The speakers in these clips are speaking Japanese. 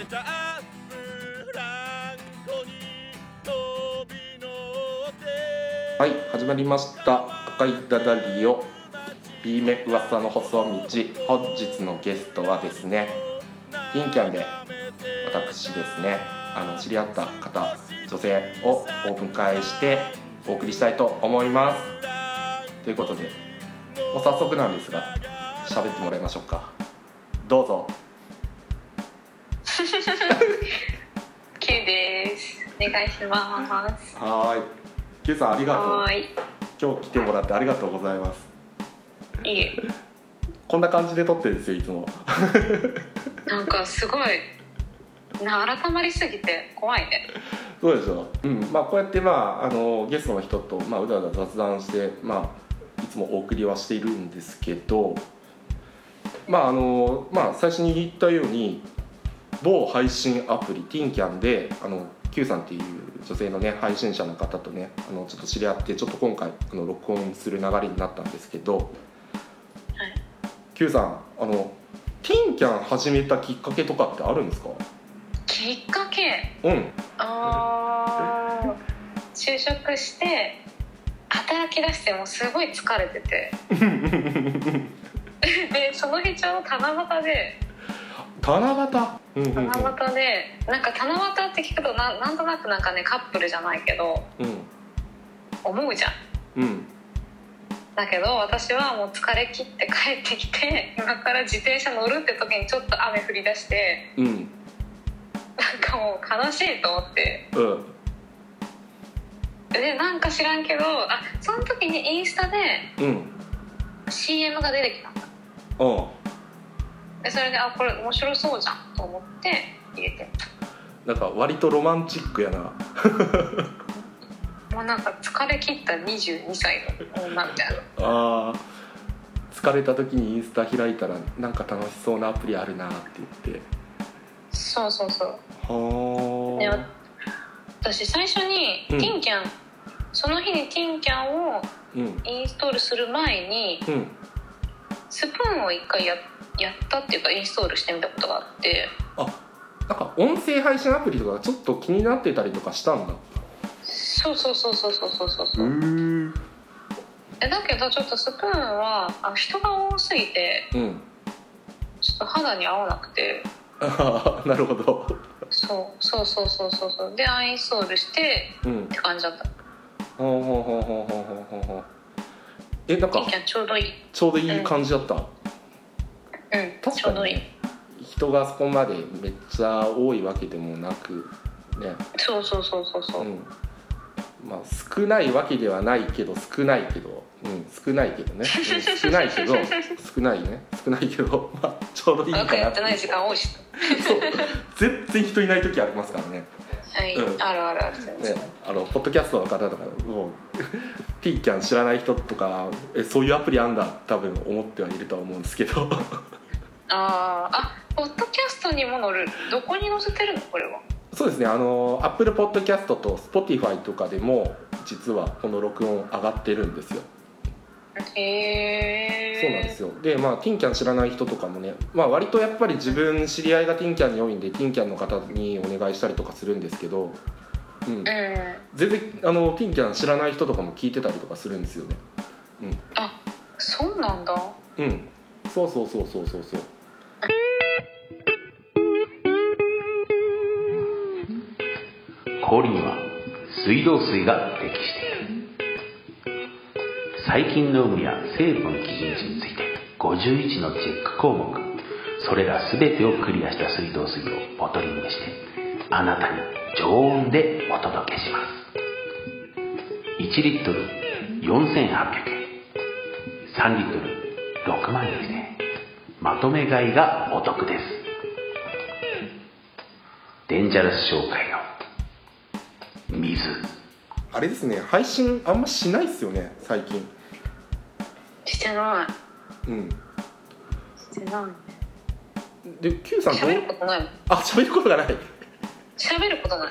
はい、始まりました赤いダダリオ B 面噂の細道。本日のゲストはですね、ティンキャンで私ですね、知り合った方、女性をお迎えしてお送りしたいと思います。ということで、もう早速なんですが喋ってもらいましょうか。どうぞ。 Q です。お願いします。 はい、Q さんありがとう。 はい。 今日来てもらってありがとうございます。 いいえ。 こんな感じで撮ってるんですよ、いつも。 なんかすごい改まりすぎて怖いね。 そうでしょ。こうやってゲストの人とうだうだ雑談していつもお送りはしているんですけど、最初に言ったように某配信アプリティンキャンでQ さんっていう女性のね配信者の方とねちょっと知り合って、ちょっと今回録音する流れになったんですけど、はい、Q さんティンキャン始めたきっかけとかってあるんですか？ きっかけ？就職して働き出してもすごい疲れててでその日ちょうど七夕でなんか七夕って聞くとなんとなくなんかねカップルじゃないけど、思うじゃん、だけど私はもう疲れ切って帰ってきて今から自転車乗るって時にちょっと雨降り出して、なんかもう悲しいと思って、でなんか知らんけどその時にインスタで CM が出てきたんだ。でそれでこれ面白そうじゃんと思って入れて。 なんか割とロマンチックやな。 もうなんか疲れ切った22歳の女みたいな。 疲れた時にインスタ開いたらなんか楽しそうなアプリあるなって言って。 そうで私最初にティンキャン、その日にティンキャンをインストールする前に、スプーンを一回やったっていうかインストールしてみたことがあって。 なんか音声配信アプリとかちょっと気になってたりとかしたんだ。 そうだけどちょっとスプーンは人が多すぎて、ちょっと肌に合わなくて。 なるほど。 そうでアンインストールして、って感じだった。 なんかちょうどいい感じだった。確かにちょうどいい。 人がそこまでめっちゃ多いわけでもなくね。 そう、 少ないわけではないけど少ないけど少ないけどちょうどいいかなって。 やってない時間多いし。 そう全然人いない時ありますからね。 はい、ある全然、 ポッドキャストの方とかもうティンキャン知らない人とかそういうアプリあんだ多分思ってはいるとは思うんですけど。 ポッドキャストにも載る。どこに載せてるのこれは？そうですね、 Apple Podcast と Spotify とかでも実はこの録音上がってるんですよ。そうなんですよ。でティンキャン知らない人とかもね、割とやっぱり自分知り合いがティンキャンに多いんでティンキャンの方にお願いしたりとかするんですけど、全然ティンキャン知らない人とかも聞いてたりとかするんですよね。 そうなんだ。 そう氷には水道水が適している。細菌の有無や成分基準値について51のチェック項目、それら全てをクリアした水道水をボトリングしてあなたに常温でお届けします。1リットル4800円、3リットル6万円でまとめ買いがお得です。デンジャラス商会の水。 あれですね、配信あんましないっすよね最近。 してない。してないで Q さん喋ることないもん。 喋ることがない。 喋ることない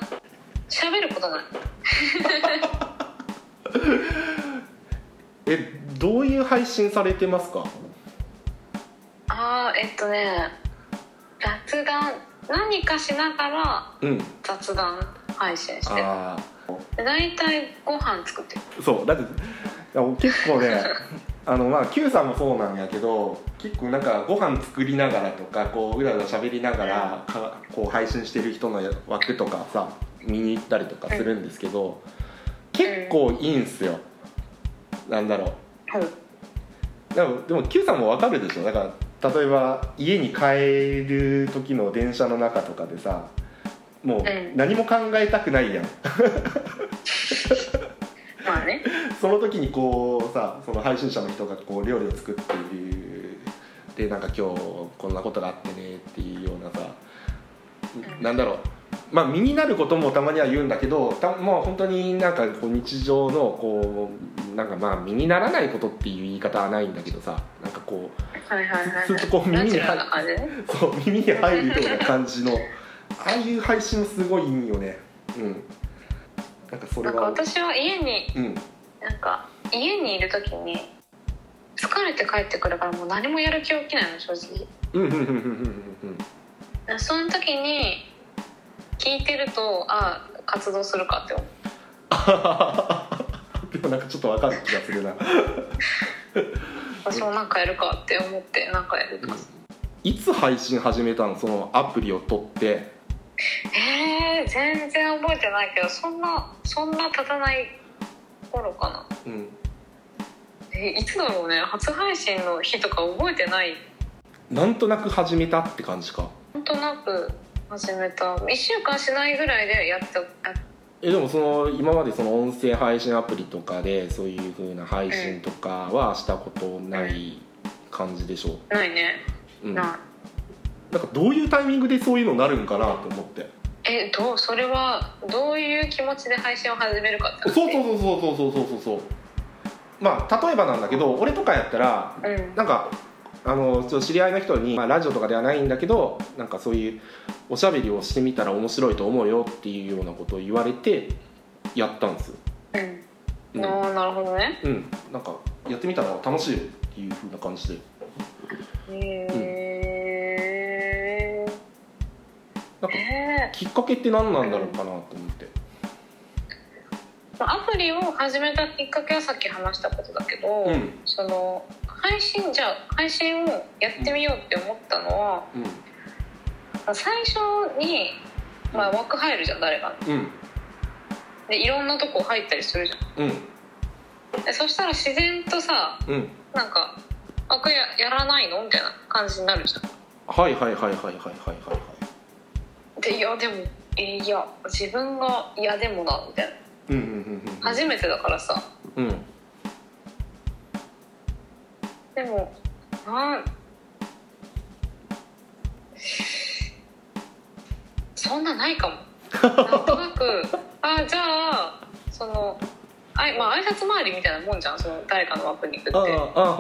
どういう配信されてますか？ 雑談何かしながら雑談配信してる、だいたいご飯作ってる。 そうだって結構ねQ さんもそうなんやけど、結構なんかご飯作りながらとかこううらうら喋りながらこう配信してる人の枠とかさ見に行ったりとかするんですけど、結構いいんすよ。なんだろう、でも Q さんも分かるでしょ。だから例えば家に帰る時の電車の中とかでさ、もう何も考えたくないやんまあね、 その時にこうさ、その配信者の人がこう料理を作っているで、なんか今日こんなことがあってねっていうようなさ、なんだろう、身になることもたまには言うんだけど、もう本当になんかこう日常のこうなんか身にならないことっていう言い方はないんだけどさ、なんかこうずっとこう耳に入るような感じのああいう配信もすごいいいよね。なんかそれはなんか私は家に、なんか家にいる時に疲れて帰ってくるからもう何もやる気起きないの正直。その時に聞いてると活動するかって思うでもなんかちょっと分かる気がするな私もなんかやるかって思ってなんかやるとか、 いつ配信始めたの？そのアプリを取って全然覚えてないけど、そんな経たない頃かな。いつだろうね。初配信の日とか覚えてない。 なんとなく始めたって感じか。 なんとなく始めた。1週間しないぐらいでやってでもその今までその音声配信アプリとかでそういう風な配信とかはしたことない感じでしょ？ ないね。 なんかどういうタイミングでそういうのになるんかなと思って。 それはどういう気持ちで配信を始めるかって話。 そう例えばなんだけど、俺とかやったら、なんか知り合いの人に、ラジオとかではないんだけど、なんかそういうおしゃべりをしてみたら面白いと思うよっていうようなことを言われてやったんですよ。 なるほどね。 なんかやってみたら楽しいよっていう風な感じで。なんかきっかけって何なんだろうかなと思って。 アプリを始めたきっかけはさっき話したことだけど、その配信をやってみようって思ったのは、最初に、枠入るじゃん誰かの、でいろんなとこ入ったりするじゃん、でそしたら自然とさ、なんか枠 やらないのみたいな感じになるじゃん。でいやでもいや自分が嫌でもなみたいな、初めてだからさ、でもそんなないかもなんとなくじゃあその挨拶回りみたいなもんじゃん、その誰かの枠に行くって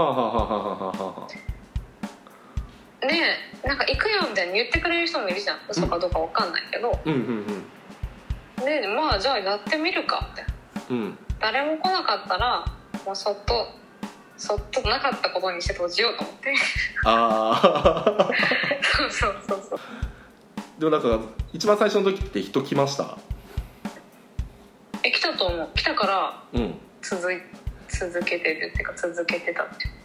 で、なんか行くよみたいに言ってくれる人もいるじゃん、嘘かどうか分かんないけど、でじゃあやってみるかって、誰も来なかったらもうそっとなかったことにして閉じようと思ってそうでもなんか一番最初の時って人来ました？ 来たと思う。来たから、続けてるっていうか続けてたっていう。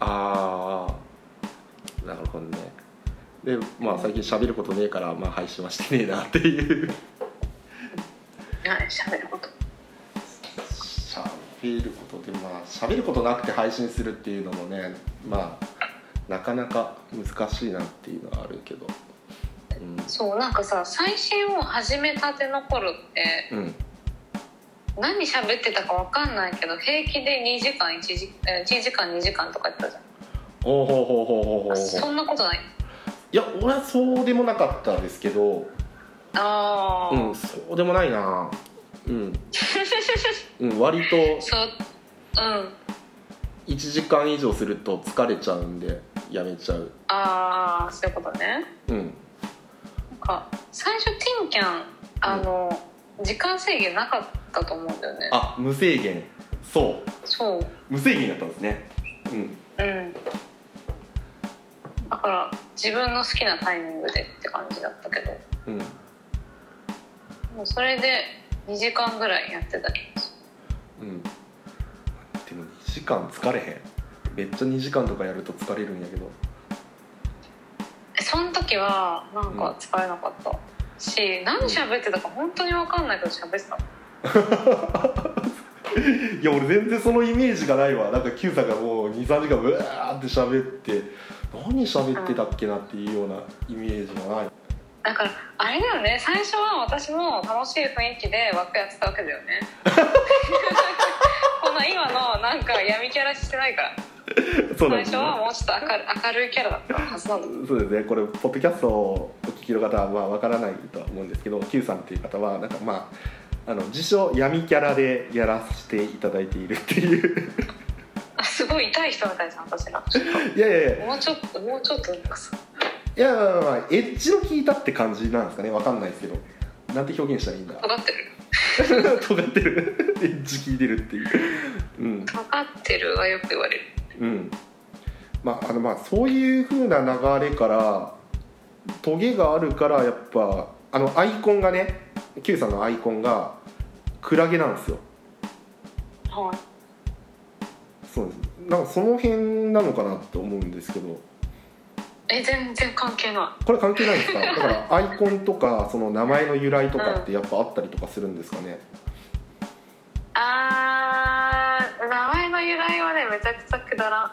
なるほどね。で最近喋ることねえから配信はしてねえなっていう喋ることで喋ることなくて配信するっていうのもね、なかなか難しいなっていうのはあるけど、 そうなんかさ、最新を始めたての頃って、何喋ってたか分かんないけど平気で1時間2時間とかやったじゃん。そんなことない？ いや俺はそうでもなかったですけど、そうでもないな。割と1時間以上すると疲れちゃうんでやめちゃう。 そういうことね。なんか最初ティンキャン時間制限なかったと思うんだよね。 無制限。そう無制限だったんですね。 だから自分の好きなタイミングでって感じだったけど、 もうそれで2時間ぐらいやってたり。 でも2時間疲れへん。めっちゃ2時間とかやると疲れるんやけど。その時はなんか疲れなかったし、何喋ってたか本当に分かんないけど喋ってた。 いや俺全然そのイメージがないわ。なんか Q さんがもう 2,3 時間ブワーって喋って何喋ってたっけなっていうようなイメージがない。 だからあれだよね、最初は私も楽しい雰囲気で枠やってたわけだよね。こんな今のなんか闇キャラしてないから。そうなんですね、最初はもうちょっと明るいキャラだったはずなんだ。 そうですね。これポッドキャストをお聞きの方は分からないとは思うんですけど、 Q さんっていう方はなんか自称闇キャラでやらせていただいているっていうすごい痛い人みたいじゃん私ら。 いやもうちょっとなんかさ、 いやエッジの効いたって感じなんですかね。分かんないですけど、なんて表現したらいいんだ。 尖ってるエッジ効いてるっていう、 尖ってるはよく言われる。 そういう風な流れからトゲがあるからやっぱアイコンがね、 Q さんのアイコンがクラゲなんですよ。 はい。 そうです。なんかその辺なのかなって思うんですけど。 全然関係ない。 これ関係ないですか？だからアイコンとかその名前の由来とかってやっぱあったりとかするんですかね？ 名前の由来はね、めちゃくちゃくだらん。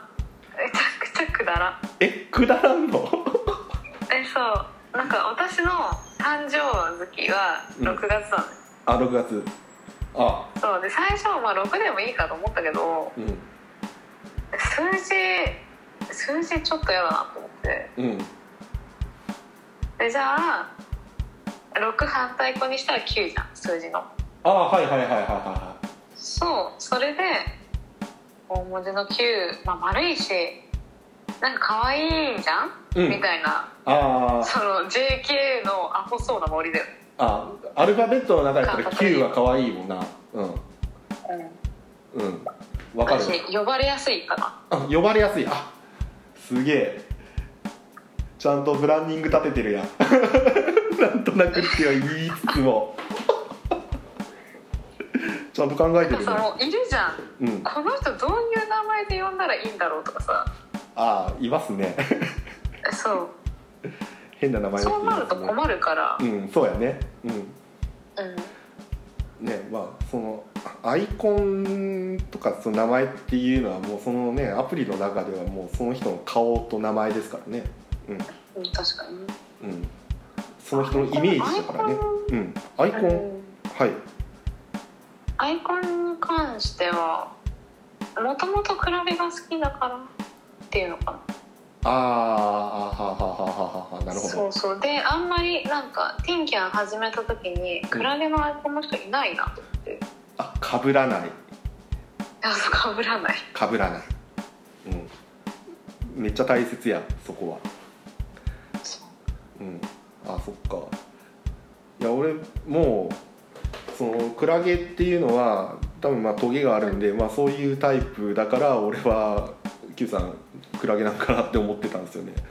くだらんの？ そうなんか私の誕生月は6月なの、 6月。 そうで最初は6でもいいかと思ったけど、数字ちょっと嫌だなと思って、でじゃあ6反対語にしたら9じゃん、数字の。 はい。 そう、それで大文字の9、丸いしなんか可愛いじゃん、みたいな。その JK のアホそうなノリだよね。 アルファベットの中でこれ9は可愛いもんな。分かる。 私呼ばれやすいかな。 呼ばれやすい。すげえちゃんとブランディング立ててるやん。なんとなくっては言いつつもちゃんと考えてるね。 いるじゃん、この人どういう名前で呼んだらいいんだろうとかさ。 いますね。 そう変な名前の人いますね。 そうなると困るから。 そうやね。そのアイコンとかその名前っていうのはもうそのねアプリの中ではもうその人の顔と名前ですからね。 確かに。 その人のイメージだからね。アイコン、はい。 アイコンに関してはもともとクラゲが好きだからっていうのかな。 なるほど。 そうであんまりなんかティンキャン始めた時にクラゲのアイコンの人いないなと思って。 被らない。 被らない。 めっちゃ大切やそこは。そっか。いや俺もうそのクラゲっていうのは多分トゲがあるんで、そういうタイプだから俺は Q さんクラゲなんかなって思ってたんですよね。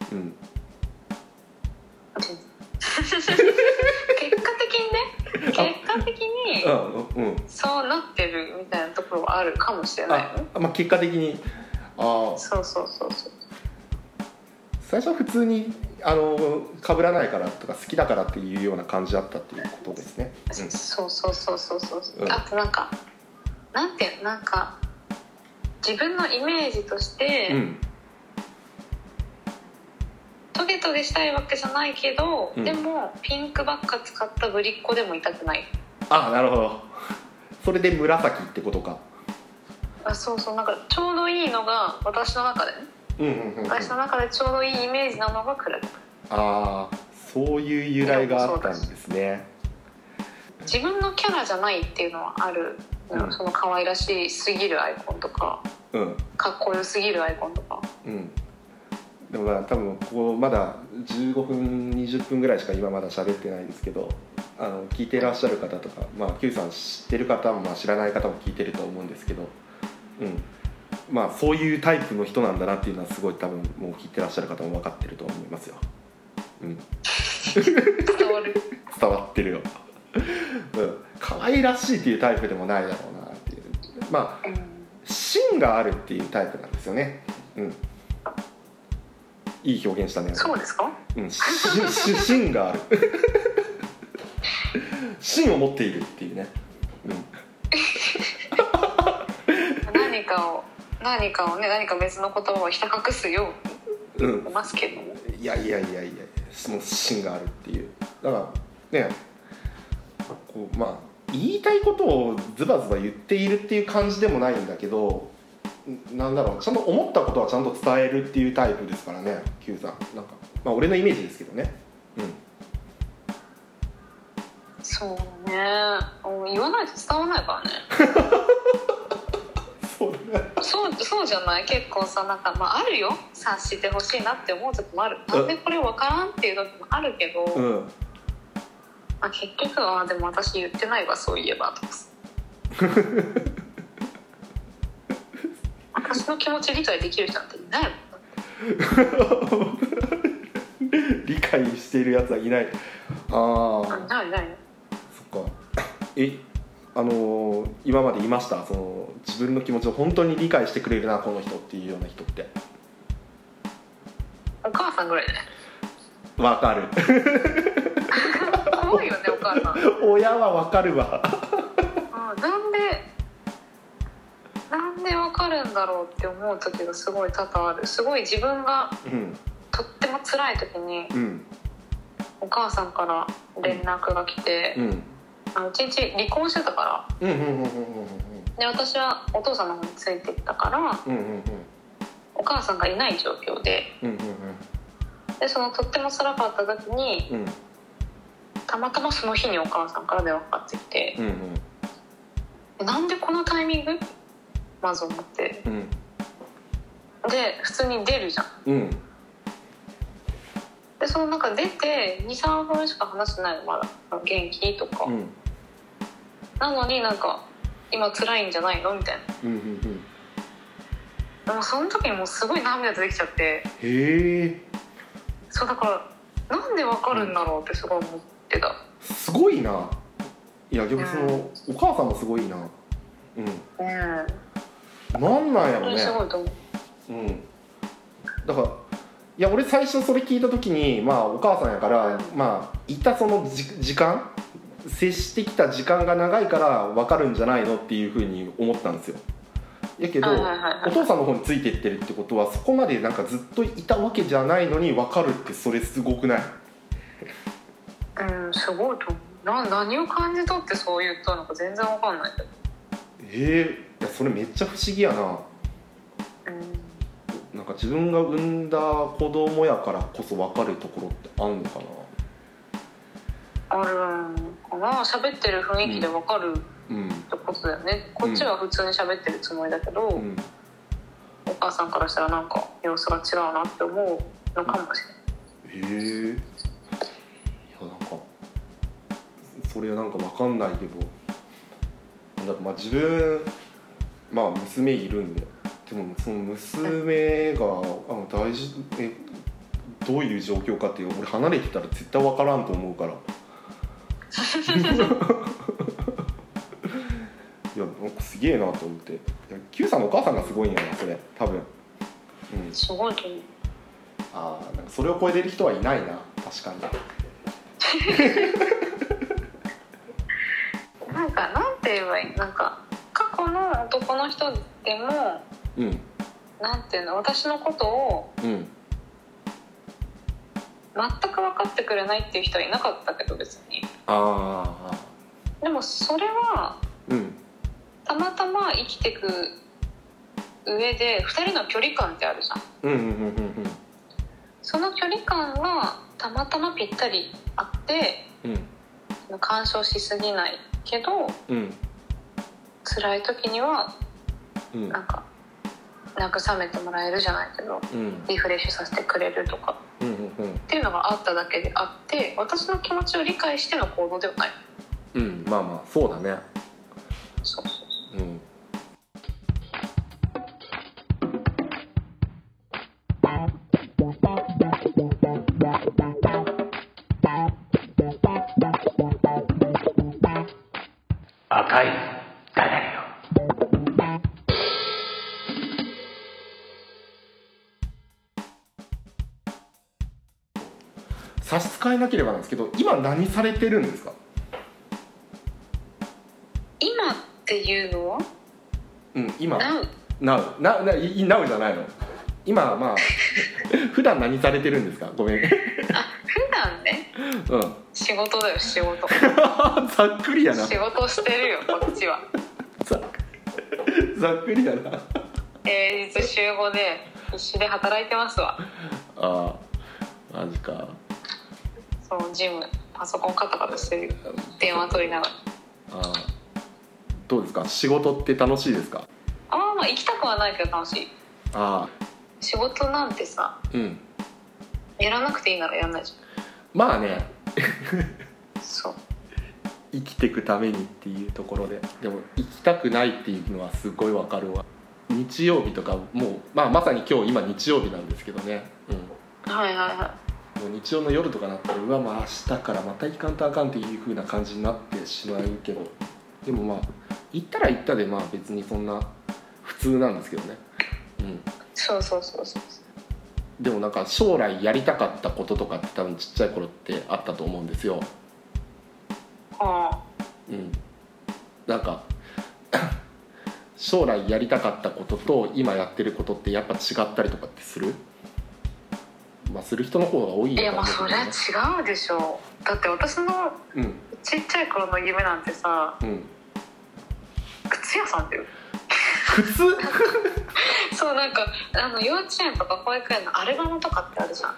結果的にそうなってるみたいなところはあるかもしれない。 結果的にそう最初は普通に被らないからとか好きだからっていうような感じだったっていうことですね。 そうあとなんか自分のイメージとして、トゲトゲしたいわけじゃないけど、でもピンクばっか使ったぶりっ子でもいたくない。 なるほど。それで紫ってことか。 そうなんかちょうどいいのが私の中でね、私の中でちょうどいいイメージなのがクラゲ。 そういう由来があったんですね。 自分のキャラじゃないっていうのはある、その可愛らしすぎるアイコンとか、かっこよすぎるアイコンとか。 でも多分ここまだ15分20分ぐらいしか今まだ喋ってないんですけど、聞いてらっしゃる方とか、Q さん知ってる方も知らない方も聞いてると思うんですけど、そういうタイプの人なんだなっていうのはすごい多分もう聞いてらっしゃる方も分かってると思いますよ。 伝わってるよ可愛らしいっていうタイプでもないだろうなっていう、まあ芯があるっていうタイプなんですよね。いい表現したね。 そうですか？ 芯がある芯を持っているっていうね、 何かをね、何か別の言葉をひた隠すように言いますけども、 いやその芯があるっていう、だからね、こうまあ言いたいことをズバズバ言っているっていう感じでもないんだけど、なんだろう、ちゃんと思ったことはちゃんと伝えるっていうタイプですからね、Q さん。なんかまあ俺のイメージですけどね。 そうね、言わないと伝わらないからねそうじゃない？結構さ、なんかまああるよ、察してほしいなって思う時もある。なんでこれ分からんっていう時もあるけど、まあ、結局はでも私言ってないわ、そういえばとか私の気持ち理解できる人なんていないもん理解しているやつはいない。 ないそっか。今までいました、その自分の気持ちを本当に理解してくれるなこの人っていうような人って。 お母さんぐらいだね。 わかる多いよね、お母さん。 親はわかるわなんでわかるんだろうって思う時がすごい多々ある。すごい自分がとっても辛い時に、お母さんから連絡が来て、うち離婚してたから、で私はお父さんの方についていったから、お母さんがいない状況で、でそのとっても辛かった時に、たまたまその日にお母さんから電話かかってきて、なんでこのタイミングまず思って、で普通に出るじゃん、でその中出て 2,3 分しか話してないの、まだ元気とか、なのになんか今辛いんじゃないのみたいな、でもその時にもうすごい涙出てきちゃって、そうだからなんでわかるんだろうってすごい思ってた。 すごいな。いや逆にその、お母さんもすごいな。なんなんやろね。 すごいと思う。 だからいや俺最初それ聞いた時に、まあお母さんやから、まあいたその時間、接してきた時間が長いから分かるんじゃないのっていうふうに思ったんですよ。やけど、お父さんの方についていってるってことはそこまでなんかずっといたわけじゃないのに分かるって、それすごくない？ すごいと思う。何を感じ取ってそう言ったのか全然分かんないけど。 いやそれめっちゃ不思議やな。なんか自分が産んだ子供やからこそ分かるところってあんのかな。あるかな。喋ってる雰囲気で分かるってことだよね。こっちは普通に喋ってるつもりだけど、お母さんからしたらなんか様子が違うなって思うのかもしれない。いやなんかそれはなんか分かんないけど、だからまあ自分まあ娘いるんで、でもその娘が大事どういう状況かっていう、俺離れてたら絶対分からんと思うからいやなんかすげえなと思って。いや Q さんのお母さんがすごいんやなそれ多分。 すごいと思う。 なんかそれを超えてる人はいないな、確かになんかなんて言えばいい、なんか過去の男の人でも、なんていうの、私のことを、全く分かってくれないっていう人はいなかったけど別に。でもそれは、たまたま生きてく上で2人の距離感ってあるじゃん。その距離感がたまたまぴったりあって、干渉しすぎないけど、辛い時にはなんか慰めてもらえるじゃないけど、リフレッシュさせてくれるとか、っていうのがあっただけであって、私の気持ちを理解しての行動ではない。 まあまあそうだね。 そう。 赤いダダリオ。 差し支えなければなんですけど、今何されてるんですか？ 今っていうのは？ 今 Now じゃないの。今まあ普段何されてるんですか？ごめん。 普段ね。仕事だよ、仕事。 ざっくりやな。 仕事してるよ、こっちは。 ざっくりやな。 平日週5で必死で働いてますわ。 ああ、マジか。 そう、ジムパソコンカタカタしてるよ、電話取りながら。 どうですか？仕事って楽しいですか？ まあ行きたくはないけど楽しい。仕事なんてさ、やらなくていいならやらないじゃん。 まあね。 そう、 生きていくためにっていうところで。でも行きたくないっていうのはすごいわかるわ。日曜日とかもう、まさに今日曜日なんですけどね。 はいはいはい。 もう日曜の夜とかなったら明日からまた行かんとあかんっていう風な感じになってしまうけど、でも行ったら行ったで別にそんな普通なんですけどね。 そうでもなんか将来やりたかったこととかって多分ちっちゃい頃ってあったと思うんですよ。なんか将来やりたかったことと今やってることってやっぱ違ったりとかってする？する人の方が多いのかな。 それは違うでしょ。だって私のちっちゃい頃の夢なんてさ、靴屋さんだよ。 靴？ そう、なんか幼稚園とか保育園のアルバムとかってあるじゃん、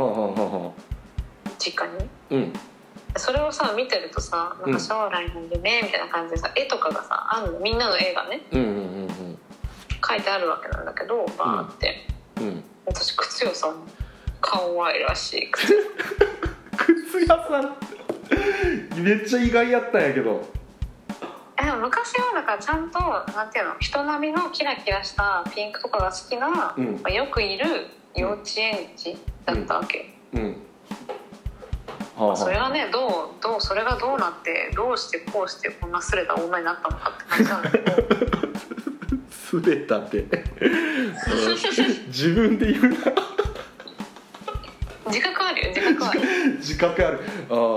実家に。それをさ見てるとさ、なんか将来の夢みたいな感じでさ、絵とかがさあるの、みんなの絵がね、書いてあるわけなんだけど、バーって、私靴屋さん、可愛らしい靴屋さんめっちゃ意外やったんやけど。 でも昔はだからちゃんとなんていうの、人並みのキラキラしたピンクとかが好きな、よくいる幼稚園児だったわけ。それがね、それがどうなってどうしてこうしてこんなすれた女になったのかって感じなんだけど。 すれたって自分で言うな。 自覚あるよ、自覚ある。 自覚ある。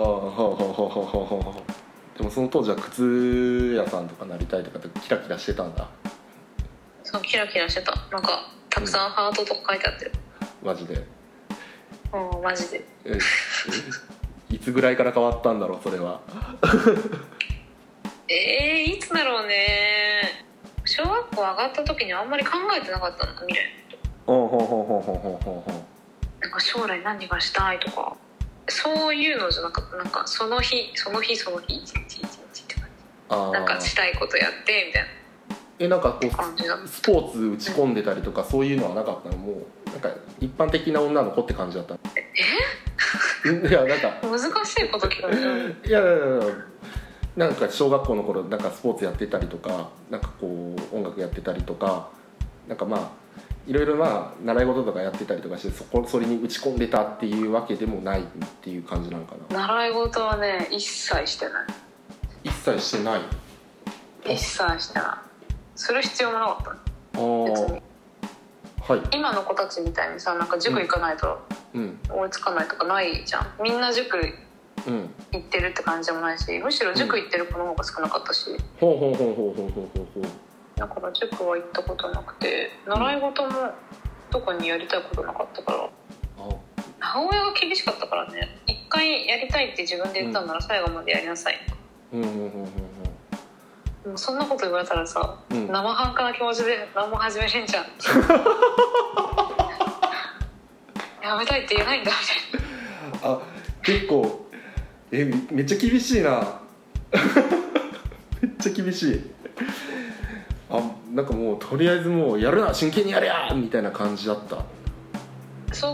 でもその当時は靴屋さんとかなりたいとかってキラキラしてたんだ。 そう、キラキラしてた。なんかたくさんハートとか書いてあってる。 マジで？ マジで。 いつぐらいから変わったんだろう、それは。 いつだろうね。小学校上がった時にあんまり考えてなかったんだ、未来。なんか将来何がしたいとかそういうのじゃなかった。なんかその日一日って感じ。なんかしたいことやってみたいな。 なんかこうスポーツ打ち込んでたりとか、そういうのはなかったの？もうなんか一般的な女の子って感じだったの？いや、なんか難しいこと聞かれる。 いやなんか小学校の頃なんかスポーツやってたりとか、なんかこう音楽やってたりとか、なんかいろいろ習い事とかやってたりとかして、それに打ち込んでたっていうわけでもないっていう感じなのかな。 習い事はね、一切してない。 一切してない。 一切してない。する必要もなかった別に。今の子たちみたいにさ、なんか塾行かないと追いつかないとかないじゃん。みんな塾行ってるって感じでもないし、むしろ塾行ってる子の方が少なかったし。だから塾は行ったことなくて、習い事も特にやりたいことなかったから。母親が厳しかったからね、一回やりたいって自分で言ったんなら最後までやりなさい。もうそんなこと言われたらさ、生半可な気持ちで何も始めれんじゃん。やめたいって言えないんだみたいな。 結構めっちゃ厳しいな。めっちゃ厳しい。なんかもうとりあえずもうやるな、真剣にやれやみたいな感じだった。 そう。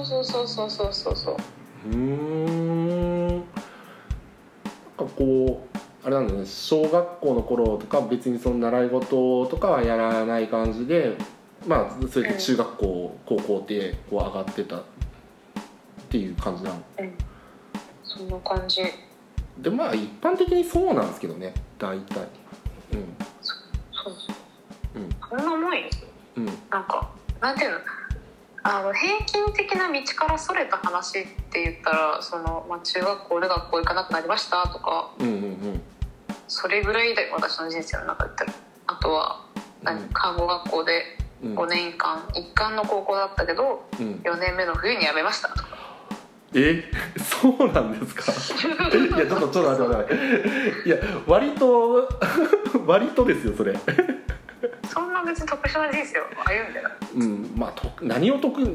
なんかこうあれなんだね、小学校の頃とか別にその習い事とかはやらない感じで、それで中学校、高校ってこう上がってたっていう感じなの。 そんな感じで。 一般的にそうなんですけどね、大体。 そうそんなもんよ、なんかなんていうの、平均的な道からそれた話って言ったら中学校で学校行かなくなりましたとか、それぐらいだよ私の人生の中で。あとは看護学校で5年間一貫の高校だったけど、4年目の冬に辞めましたとか。 そうなんですか。いやちょっと待って。いや割とですよそれ。 そんな別に特殊な人生を歩んでない。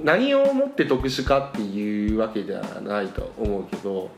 何をもって特殊かっていうわけではないと思うけど、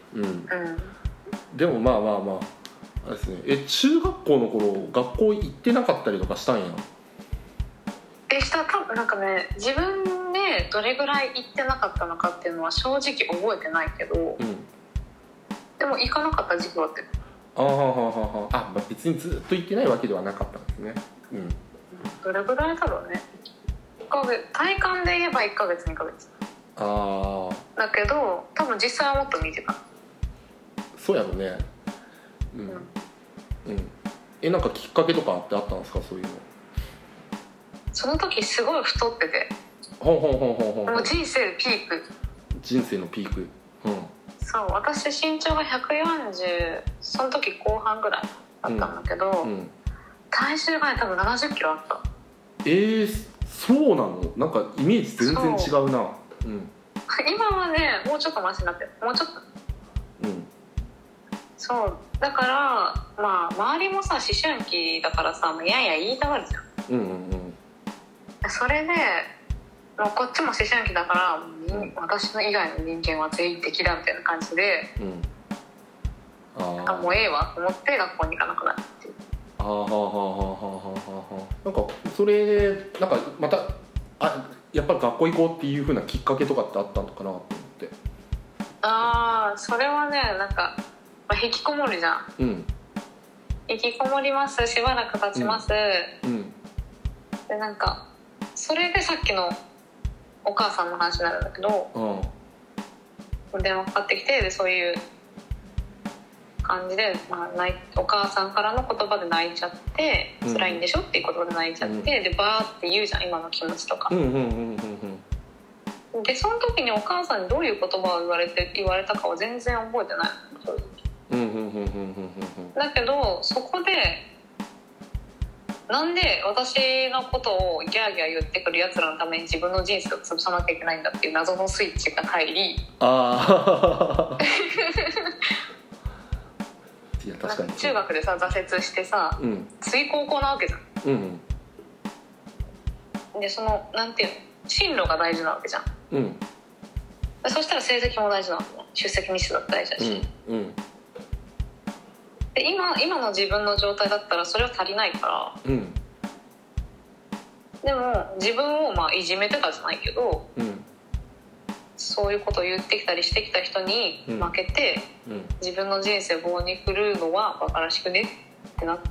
でもまああれですね。中学校の頃学校行ってなかったりとかしたんや。 多分なんかね、自分でどれぐらい行ってなかったのかっていうのは正直覚えてないけど、でも行かなかった時期はあって。 別にずっと行ってないわけではなかったんですね。 どれぐらいだろうね。体感で言えば1ヶ月2ヶ月。だけど多分実際はもっと短い。 そうやろね。なんかきっかけとかってあったんですか、そういうの。 その時すごい太ってて、もう人生のピーク。そう、私身長が140、その時後半ぐらいだったんだけど、体重がね多分70キロあった。 そうなの？なんかイメージ全然違うな。 今はねもうちょっとマシになってる。もうちょっと。そうだから周りもさ思春期だからさ、いやいや言いたがるじゃん。それでもうこっちも思春期だから、私の以外の人間は全員敵だみたいな感じで、もうええわと思って学校に行かなくなるっていう。 なんかそれでなんかまたやっぱり学校行こうっていう風なきっかけとかってあったのかなと思って。 それはね、なんか、引きこもるじゃん。引きこもります、しばらく経ちます、でなんかそれでさっきのお母さんの話になるんだけど、電話かかってきて、でそういう感じで、お母さんからの言葉で泣いちゃって、辛いんでしょっていう言葉で泣いちゃって、でバーって言うじゃん、今の気持ちとか。でその時にお母さんにどういう言葉を言われたかは全然覚えてない。だけどそこでなんで私のことをギャーギャー言ってくるやつらのために自分の人生を潰さなきゃいけないんだっていう謎のスイッチが入り、いや確かに中学でさ挫折してさ、次高校なわけじゃん。でなんていうの、進路が大事なわけじゃん。そしたら成績も大事なわけね。出席日数だって大事だし、で今の自分の状態だったらそれは足りないから、でも自分をいじめてたじゃないけど、そういうことを言ってきたりしてきた人に負けて、自分の人生を棒に振るのはバカらしくねってなって、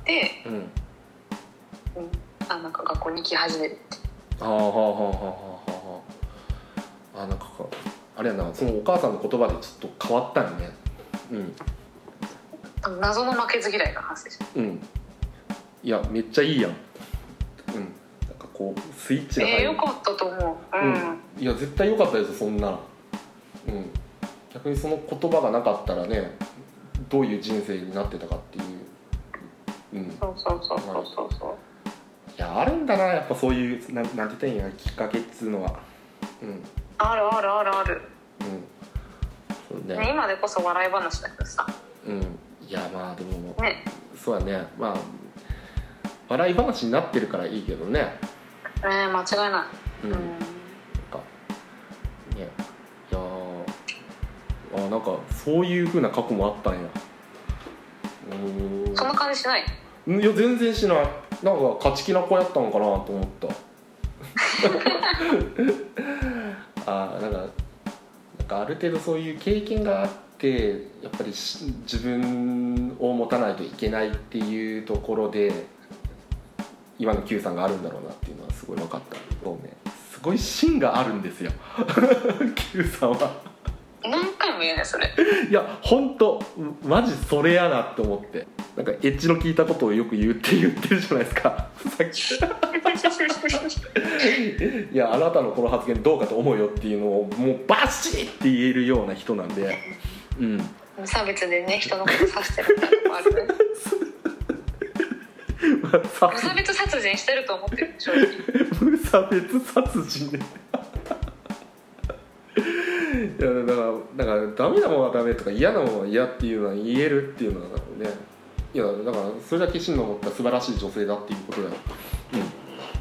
なんか学校に行き始めるって。 なんかあれやな、そのお母さんの言葉でちょっと変わったよね。 謎の負けず嫌いが発生した。 いやめっちゃいいやん。なんかこうスイッチが入る。 よかったと思う。 いや絶対良かったですよそんな。逆にその言葉がなかったらね、どういう人生になってたかっていう。そう。いやあるんだな、やっぱそういうなんて言ったらいいんや、きっかけっつうのは。 ある。 そうね。 今でこそ笑い話だけどさ。 いやでも、そうやね、笑い話になってるからいいけどね。 間違いない。なんかね、いやなんかそういう風な過去もあったんや。 そんな感じしない？ いや全然しない。なんか勝ち気な子やったのかなと思った。なんかある程度そういう経験があって、やっぱり自分を持たないといけないっていうところで今の Q さんがあるんだろうなっていうのはすごい分かった。すごい芯があるんですよ。Q さんは何回もも言うねそれ。 いやほんとマジそれやなって思って、なんかエッジの効いたことをよく言ってるじゃないですかさっきいやあなたのこの発言どうかと思うよっていうのをもうバシッって言えるような人なんで、うん、 無差別でね人のこと刺してるみたいなのもあるね無差別殺人してると思ってる正直。 無差別殺人ねいやだからダメなものはダメとか嫌なものは嫌っていうのは言えるっていうのはね、いやだからそれだけ芯の持った素晴らしい女性だっていうことだよ。うん、うん、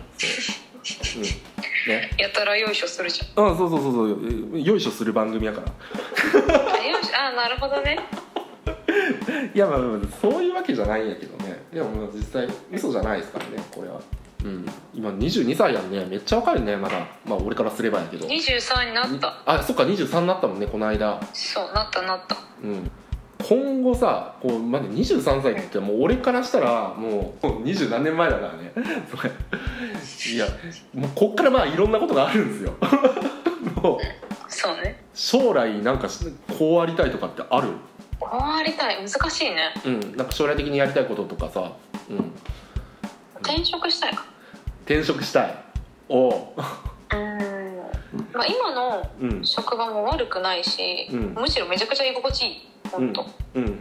ね。 やたらよいしょするじゃん。 そうよいしょする番組やからよいしょ、なるほどね。 いやまあそういうわけじゃないんやけどね。でも実際嘘じゃないですからねこれは。うん、今22歳やんね。めっちゃ若いねまだ。まあ俺からすればやけど 23になった。 あ、そっか23になったもんねこの間。 そうなった。 うん、今後さこうまだ23歳って言ってもう俺からしたらもう20何年前だからねいやもうこっからまあいろんなことがあるんですよもうそうね。 将来なんかこうありたいとかってある？ こうありたい難しいね。 うん、なんか将来的にやりたいこととかさ、うん、 転職したいか。 転職したい。おうまあ、今の職場も悪くないし、うん、むしろめちゃくちゃ居心地いい本当、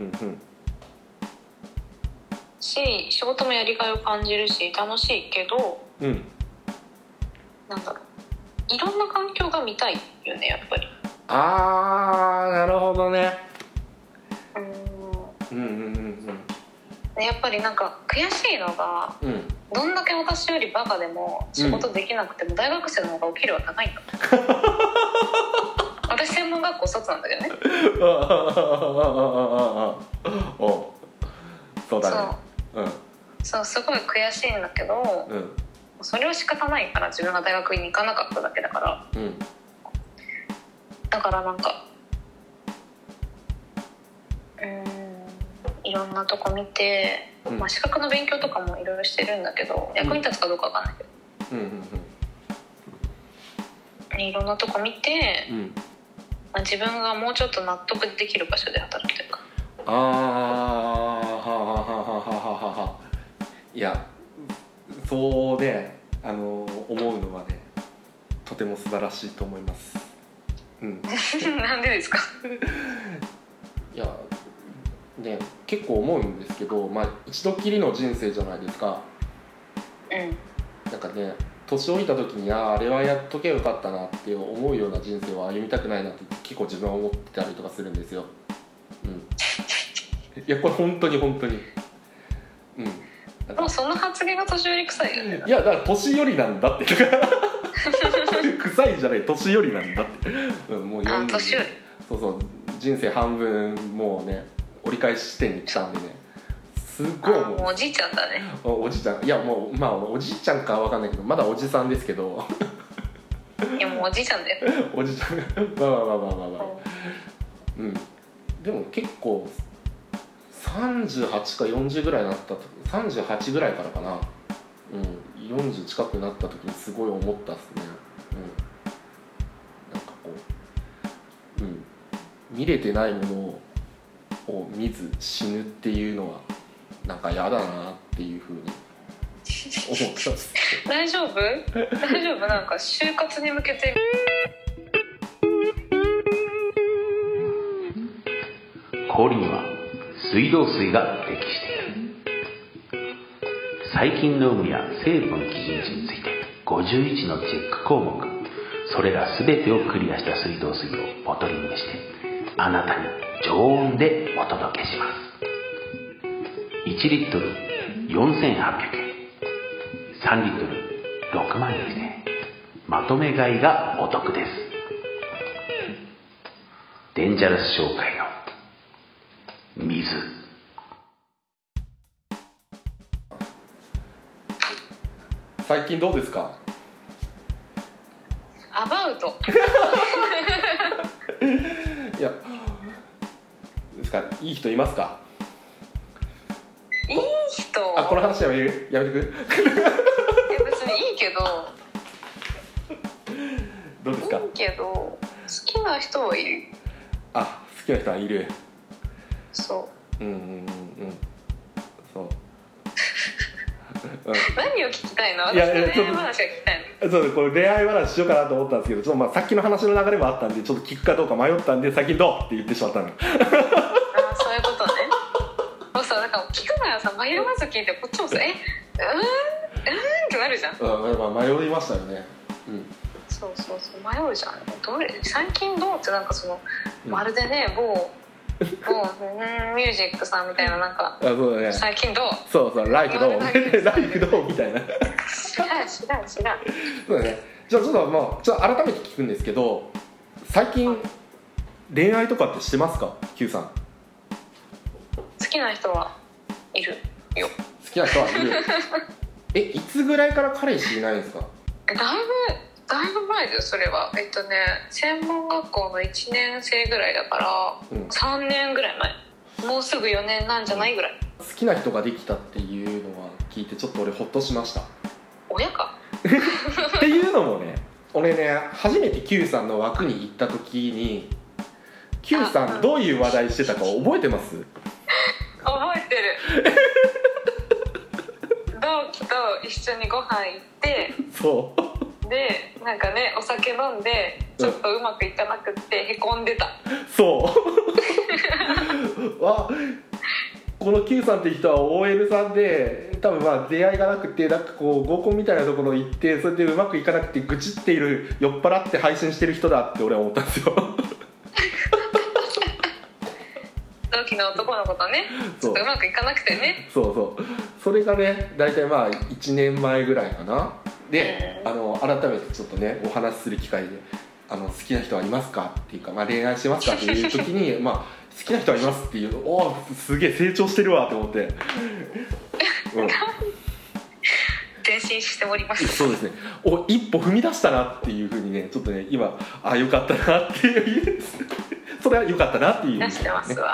し仕事もやりがいを感じるし楽しいけど、うん、なんだろういろんな環境が見たいよねやっぱり。 あーなるほどね。 やっぱりなんか悔しいのが、うん、どんだけ私よりバカでも仕事できなくても大学生の方がお給料は高いんだ私専門学校卒なんだけどねそうだね。 そうすごい悔しいんだけど、うん、それは仕方ないから自分が大学に行かなかっただけだから、うん、だからなんかいろんなとこ見て、まあ、資格の勉強とかもいろいろしてるんだけど、役に立つかどうかわかんないけど、いろんなとこ見て、まあ、自分がもうちょっと納得できる場所で働きたいか。 いやそうね思うのはねとても素晴らしいと思います、うん、 なんでですかいやね、結構思うんですけど、まあ、一度きりの人生じゃないですか、なんかね年老いた時にあれはやっとけばよかったなって思うような人生を歩みたくないなって結構自分は思ってたりとかするんですよ、いやこれ本当に、もうその発言が年寄り臭いよね。 いやだから年寄りなんだって臭いじゃない年寄りなんだって、もう40 年寄りそう人生半分もうね折り返し地点に来たんでねすごいもうおじいちゃんだね。 おじいちゃんいやもうまあおじいちゃんかは分かんないけどまだおじさんですけどいやもうおじいちゃんだよおじいちゃんまあ、でも結構38か40ぐらいになった38ぐらいからかな、40近くなった時にすごい思ったっすね、なんかこう、見れてないものを見ず死ぬっていうのはなんか嫌だなっていう風に思ったっす大丈夫なんか就活に向けて氷には水道水が適している。細菌の有無や成分基準値について51のチェック項目、それら全てをクリアした水道水をボトリングしてあなたに常温でお届けします。1リットル4800円、3リットル6万円でまとめ買いがお得です。デンジャラス商会の水。 最近どうですか？ アバウトいやですかいい人いますか？ いい人この話やめてくいや別にいいけどどうですか？ いいけど好きな人はいる。 好きな人はいる。 そうそう何を聞きたいの？私の恋愛話が聞きたいの。 そうこれ恋愛話しようかなと思ったんですけど、ちょっとまあさっきの話の流れもあったんでちょっと聞くかどうか迷ったんで先にどうって言ってしまったの。 そういうことね。そうさ、なんか聞くのよさ、迷わず聞いてこっちもさってなるじゃん。 まあ迷いましたよね。 そう迷うじゃん。最近どうってなんかその、まるでね某ミュージックさんみたいななんかそうだね、 最近どうそうライフどうライフどうみたいな。違うそうだね。じゃあちょっと改めて聞くんですけど、最近恋愛とかってしてますか、Q さん。 好きな人はいるよ。 好きな人はいる。いつぐらいから彼氏いないんですか？ だいぶ前だよそれは。専門学校の1年生ぐらいだから、3年ぐらい前。もうすぐ4年なんじゃないぐらい。 好きな人ができたっていうのは聞いてちょっと俺ホッとしました。 親かっていうのもね、俺ね初めて Q さんの枠に行った時に Q さんどういう話題してたか覚えてます？ 覚えてる。同期と一緒にご飯行って、 そうでなんかねお酒飲んでちょっとうまくいかなくってへこんでた。 そうこの Q さんって人は OL さんで多分出会いがなくてなんかこう合コンみたいなところ行ってそれでうまくいかなくて愚痴っている酔っ払って配信してる人だって俺は思ったんですよ。 同期の男の子とねちょっとうまくいかなくてね。 それがね大体1年前ぐらいかな。で改めてちょっとねお話しする機会で好きな人はいますかっていうか、恋愛してますかっていう時に好きな人はいますっていうおすげえ成長してるわって思って、 前進しております。 そうですね。一歩踏み出したなっていう風にねちょっとね今よかったなっていうそれはよかったなっていう、 出してますわ。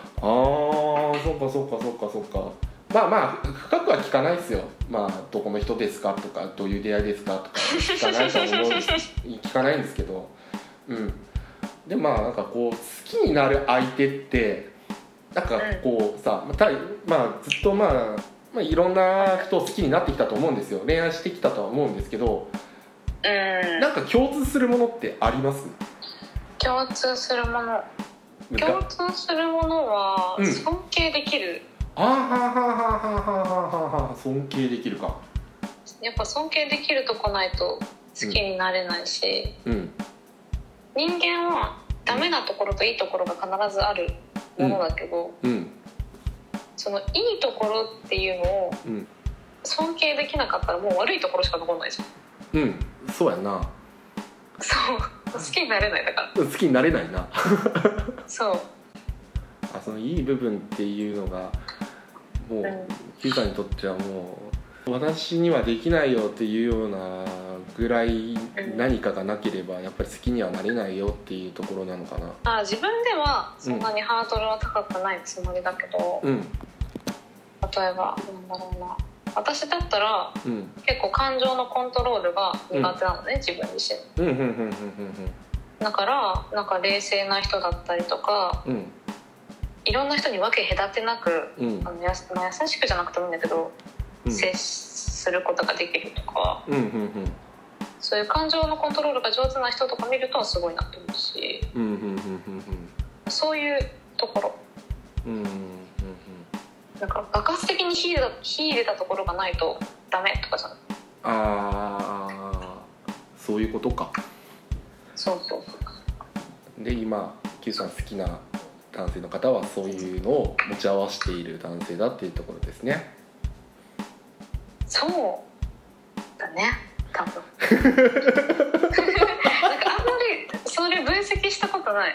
そうか。深くは聞かないですよ。どこの人ですかとかどういう出会いですかとか聞かないと思うんです聞かないんですけど、でなんかこう好きになる相手ってなんかこうさ、ずっといろんな人を好きになってきたと思うんですよ。恋愛してきたとは思うんですけど、なんか共通するものってあります？ 共通するものは尊敬できる。 尊敬できるか。 やっぱ尊敬できるとこないと好きになれないし、人間はダメなところといいところが必ずあるものだけど、そのいいところっていうのを尊敬できなかったらもう悪いところしか残らないじゃん。 そうやな。 そう好きになれない。だから好きになれないな。 そうそのいい部分っていうのがもうQさんにとってはもう私にはできないよっていうようなぐらい何かがなければやっぱり好きにはなれないよっていうところなのかな。 自分ではそんなにハードルは高くないつもりだけど、例えば私だったら、結構感情のコントロールが苦手なのね、自分自身。だからなんか冷静な人だったりとか、いろんな人に分け隔てなく、優しくじゃなくてもいいんだけど、接することができるとか、そういう感情のコントロールが上手な人とか見るとすごいなって思うし、そういうところ、なんか爆発的に火入れたところがないとダメとかじゃない。 そういうことか。 そうで今 Q さん好きな男性の方はそういうのを持ち合わせている男性だっていうところですね。 そうだね、多分。なんかあんまりそれ分析したことない。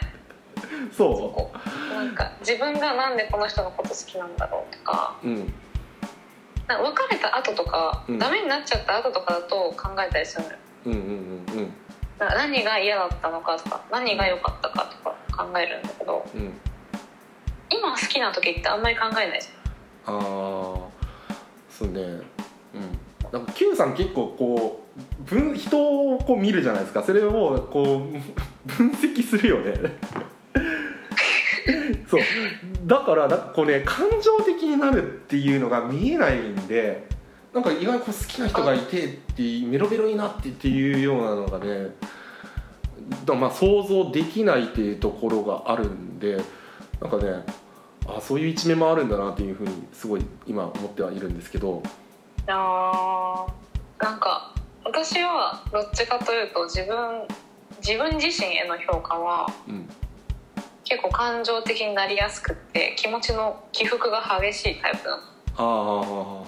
なんか自分がなんでこの人のこと好きなんだろうとか、なんか別れた後とか、ダメになっちゃった後とかだと考えたりするのよ。何が嫌だったのかとか何が良かったかとか考えるんだけど、今好きな時ってあんまり考えないじゃん。 そうね。なんか Q さん結構こう人をこう見るじゃないですか。それをこう分析するよね。 そうだからなんかこうね感情的になるっていうのが見えないんで、なんか意外にこう好きな人がいてってメロメロになってっていうようなのがね、まあ想像できないっていうところがあるんで、なんかねそういう一面もあるんだなっていうふうにすごい今思ってはいるんですけど。 なんか私はどっちかというと自分自身への評価は、結構感情的になりやすくって気持ちの起伏が激しいタイプなの。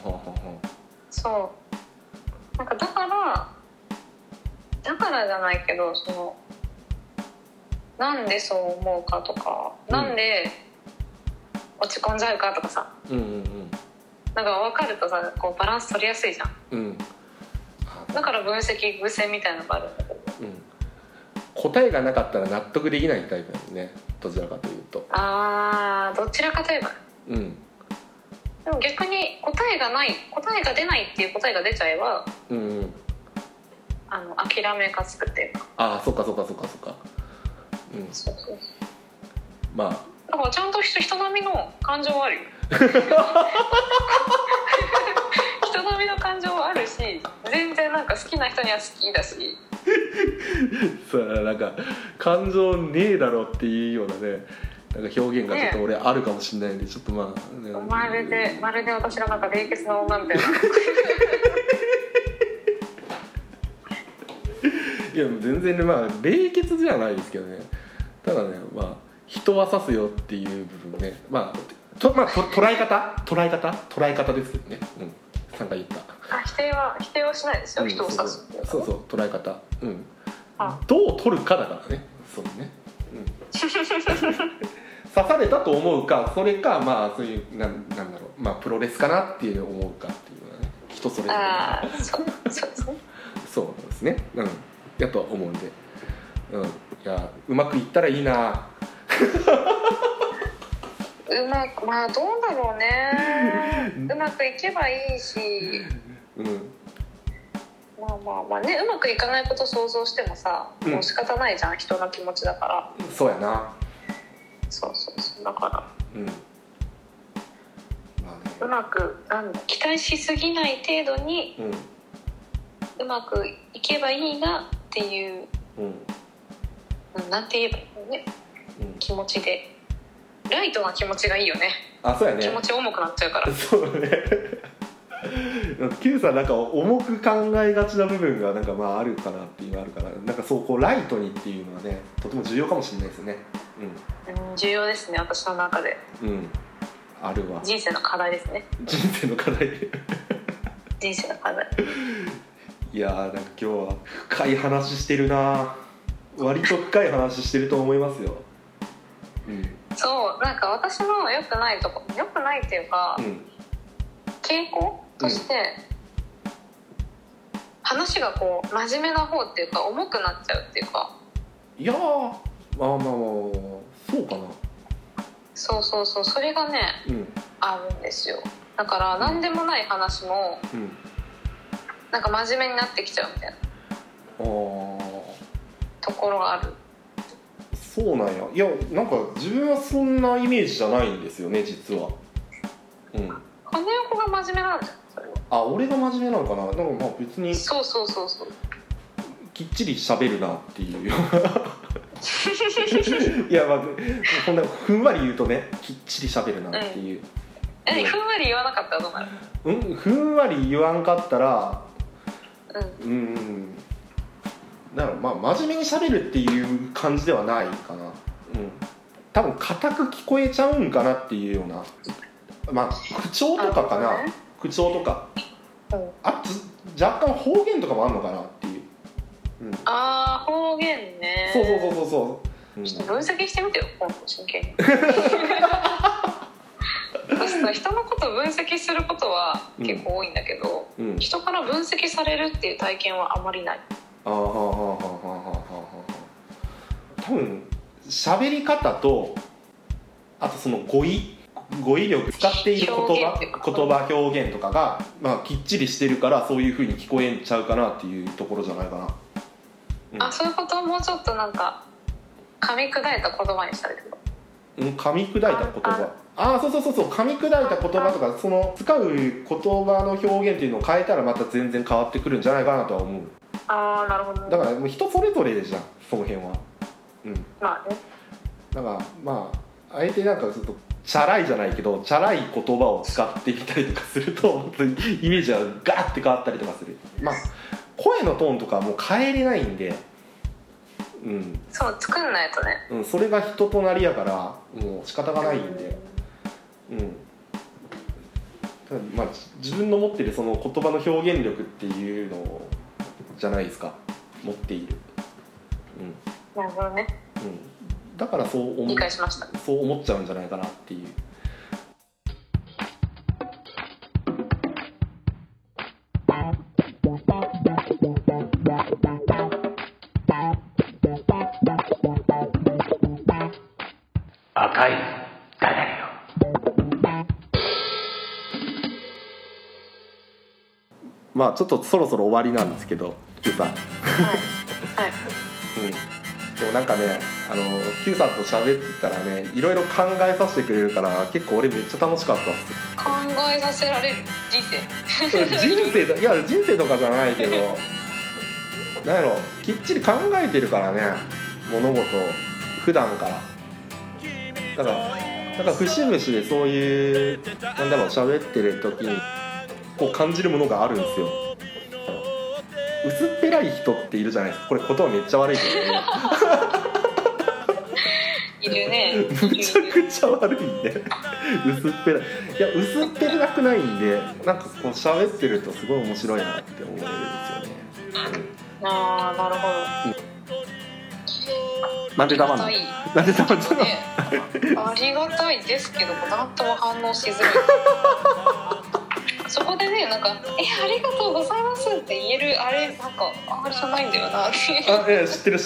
そうなんかだからじゃないけど、そのなんでそう思うかとか、なんで落ち込んじゃうかとかさ、なんか分かるとさ、こうバランス取りやすいじゃん、だから分析癖みたいなのがあるんだけど、 答えがなかったら納得できないタイプなんですね、どちらかというと。 どちらかといえば、でも逆に答えが出ないっていう答えが出ちゃえば、諦めがつくっていうか。 そっか、 そうまあだからちゃんと人並みの感情はあるよ人並みの感情はあるし、全然なんか好きな人には好きだしそうなんか感情ねえだろっていうようなね、なんか表現がちょっと俺あるかもしれないんで、ちょっとまあ、 まるで私のなんか冷血な女みたいいや全然ね、まあ冷血じゃないですけどね、ただね、まあ人は刺すよっていう部分ね、捉え方ですよね。3回言った。 否定はしないですよ、人を刺す。 そう捉え方、どう取るかだからね。そうね、刺されたと思うか、それかまあそういうなんだろう、まあプロレスかなっていう思うかっていうのはね、人それぞれ。そうですね。やと思うんで、いやうまくいったらいいな。 まあどうだろうね。うまくいけばいいし、まあね、うまくいかないこと想像してもさ、もう仕方ないじゃん、人の気持ちだから。 そうやな。 そうだから、うまく期待しすぎない程度に、うまくいけばいいなっていう、なんて言えばいいのね、気持ちで。ライトな気持ちがいいよね。 そうやね。 気持ち重くなっちゃうから。 そうね。Q さんなんか重く考えがちな部分がなんかまああるかなっていうのがあるから、なんかそうこうライトにっていうのはね、とても重要かもしれないですね。 重要ですね、私の中で。 あるわ。 人生の課題ですね。 人生の課題。 人生の課題。 いやなんか今日は深い話してるな。割と深い話してると思いますよ。 そうなんか私の良くないっていうか、傾向として、話がこう真面目な方っていうか重くなっちゃうっていうか。 いやそうかな。 そうそれがね、あるんですよ。だから何でもない話も、なんか真面目になってきちゃうみたいなところがある。 そうなんや。いやなんか自分はそんなイメージじゃないんですよね、実は。 金子が真面目なんじゃん、それは。俺が真面目なのかな。なんかまあ別にそうきっちり喋るなっていうようないやまあこんなふんわり言うとね、きっちり喋るなっていう、 ふんわり言わなかったらどうなる？ ふんわり言わんかったらだからまあ真面目に喋るっていう感じではないかな。多分硬く聞こえちゃうんかなっていうような、まあ口調とかかな、口調とか、若干方言とかもあるのかなっていう。 方言ね。 そうちょっと分析してみてよ、今度真剣に。私さ、人のことを分析することは結構多いんだけど、人から分析されるっていう体験はあまりない。 多分喋り方と、あとその語彙力、使っている言葉表現とかが、まあ、きっちりしてるからそういう風に聞こえちゃうかなっていうところじゃないかな。 そういうことをもうちょっとなんか噛み砕いた言葉にしたりとか。 噛み砕いた言葉、そう噛み砕いた言葉とか、その使う言葉の表現っていうのを変えたらまた全然変わってくるんじゃないかなとは思う。 なるほど、ね、 だからもう人それぞれじゃん、その辺は。 まあね。 だからあえてなんかちょっとチャラいじゃないけど、チャラい言葉を使ってみたりとかすると本当にイメージはガーって変わったりとかする。声のトーンとかはもう変えれないんで、 そう作んないとね、 それが人となりやからもう仕方がないんで、自分の持ってるその言葉の表現力っていうのじゃないですか、持っている。 なるほどね。 だから理解しました。 そう思っちゃうんじゃないかなっていう。 赤いダダリオ。ちょっとそろそろ終わりなんですけど、Q さん。でもなんかね、Q さんと喋ってたらね、いろいろ考えさせてくれるから結構俺めっちゃ楽しかったっす。 考えさせられる人生人生とかじゃないけどなんやろ、きっちり考えてるからね、物事を普段から。だから節々でそういう喋ってる時にこう感じるものがあるんですよ。薄っぺらい人っているじゃないですか。これ言葉めっちゃ悪いけどねいるね。 むちゃくちゃ悪いんで薄っぺらい。いや薄っぺらくないんで、なんかこう喋ってるとすごい面白いなって思えるんですよね。 なるほど。 なんで黙んの？なんで黙んの？ ありがたいですけど、なんとも反応しづらいそこでね、なんかありがとうございますって言えるあれ、なんかあれじゃないんだよなって知ってる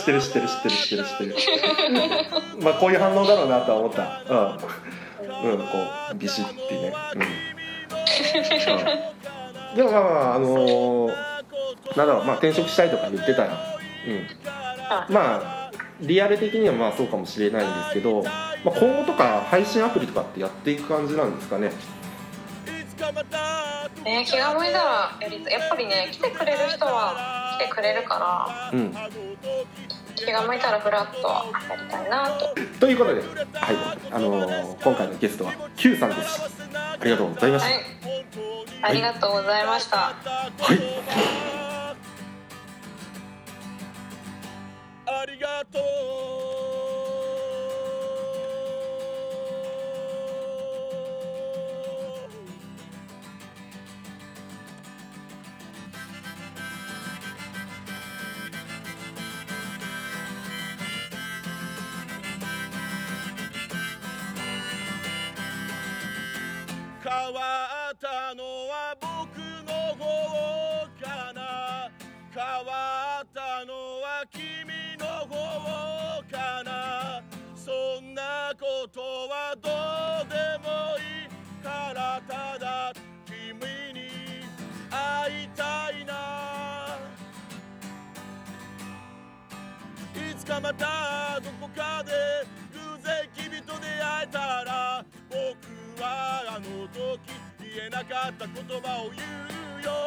こういう反応だろうなとは思った。こうビシッてね。でも転職したいとか言ってたら、リアル的にはそうかもしれないんですけど、今後とか配信アプリとかってやっていく感じなんですかね。 気が向いたらやっぱりね、来てくれる人は来てくれるから、気が向いたらフラッとやりたいなと。 ということで、今回のゲストは Q さんでした。ありがとうございました。 ありがとうございました。 ありがとう。変わったのは僕の方かな。変わったのは君の方かな。そんなことはどうでもいいから、ただ君に会いたいな。いつかまたどこかで偶然君と出会えたら、僕はあの時言えなかった言葉を言うよ。